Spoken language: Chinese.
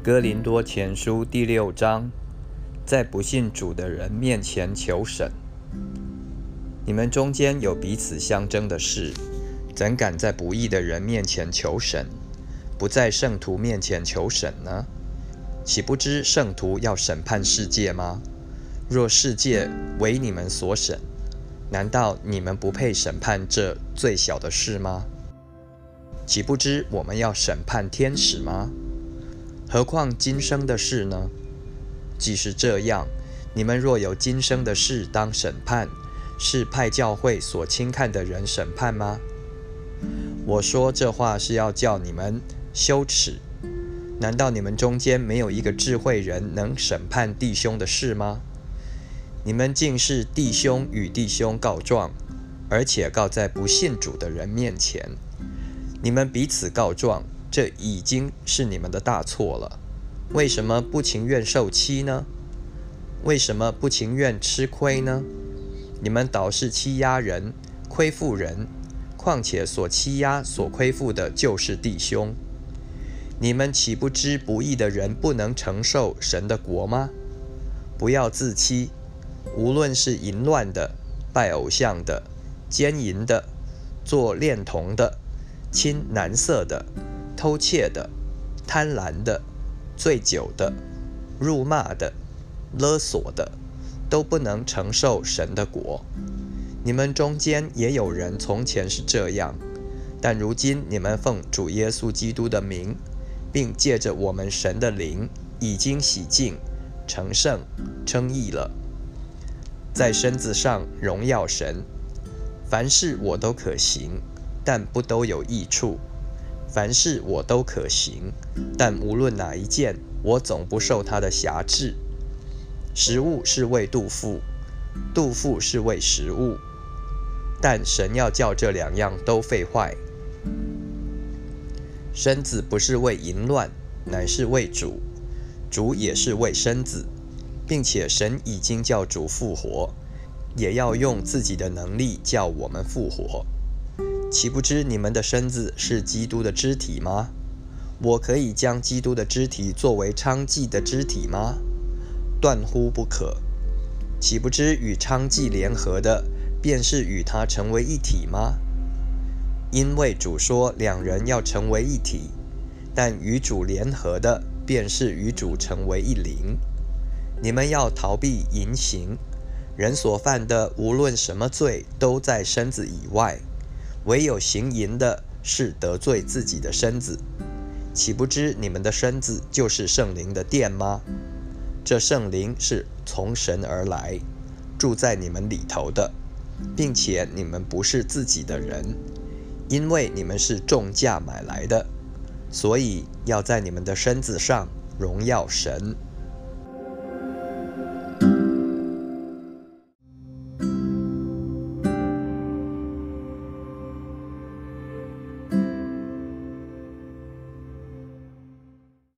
哥林多前书第6章，在不信主的人面前求审。你们中间有彼此相争的事，怎敢在不义的人面前求审，不在圣徒面前求审呢？岂不知圣徒要审判世界吗？若世界为你们所审，难道你们不配审判这最小的事吗？岂不知我们要审判天使吗？何况今生的事呢？既是这样，你们若有今生的事当审判，是派教会所轻看的人审判吗？我说这话是要叫你们羞耻。难道你们中间没有一个智慧人能审判弟兄的事吗？你们竟是弟兄与弟兄告状，而且告在不信主的人面前。你们彼此告状，这已经是你们的大错了。为什么不情愿受欺呢？为什么不情愿吃亏呢？你们倒是欺压人，亏负人，况且所欺压所亏负的就是弟兄。你们岂不知不义的人不能承受神的国吗？不要自欺，无论是淫乱的、拜偶像的、奸淫的、做恋童的、亲男色的、偷窃的、贪婪的、醉酒的、辱骂的、勒索的，都不能承受神的国。你们中间也有人从前是这样，但如今你们奉主耶稣基督的名，并借着我们神的灵，已经洗净、成圣、称义了，在身子上荣耀神。凡事我都可行，但不都有益处；凡事我都可行，但无论哪一件，我总不受它的辖制。食物是为肚腹，肚腹是为食物，但神要叫这两样都废坏。身子不是为淫乱，乃是为主；主也是为身子，并且神已经叫主复活，也要用自己的能力叫我们复活。岂不知你们的身子是基督的肢体吗？我可以将基督的肢体作为娼妓的肢体吗？断乎不可。岂不知与娼妓联合的，便是与他成为一体吗？因为主说两人要成为一体，但与主联合的，便是与主成为一灵。你们要逃避淫行，人所犯的无论什么罪，都在身子以外，唯有行淫的是得罪自己的身子。岂不知你们的身子就是圣灵的殿吗？这圣灵是从神而来，住在你们里头的，并且你们不是自己的人，因为你们是重价买来的，所以要在你们的身子上荣耀神。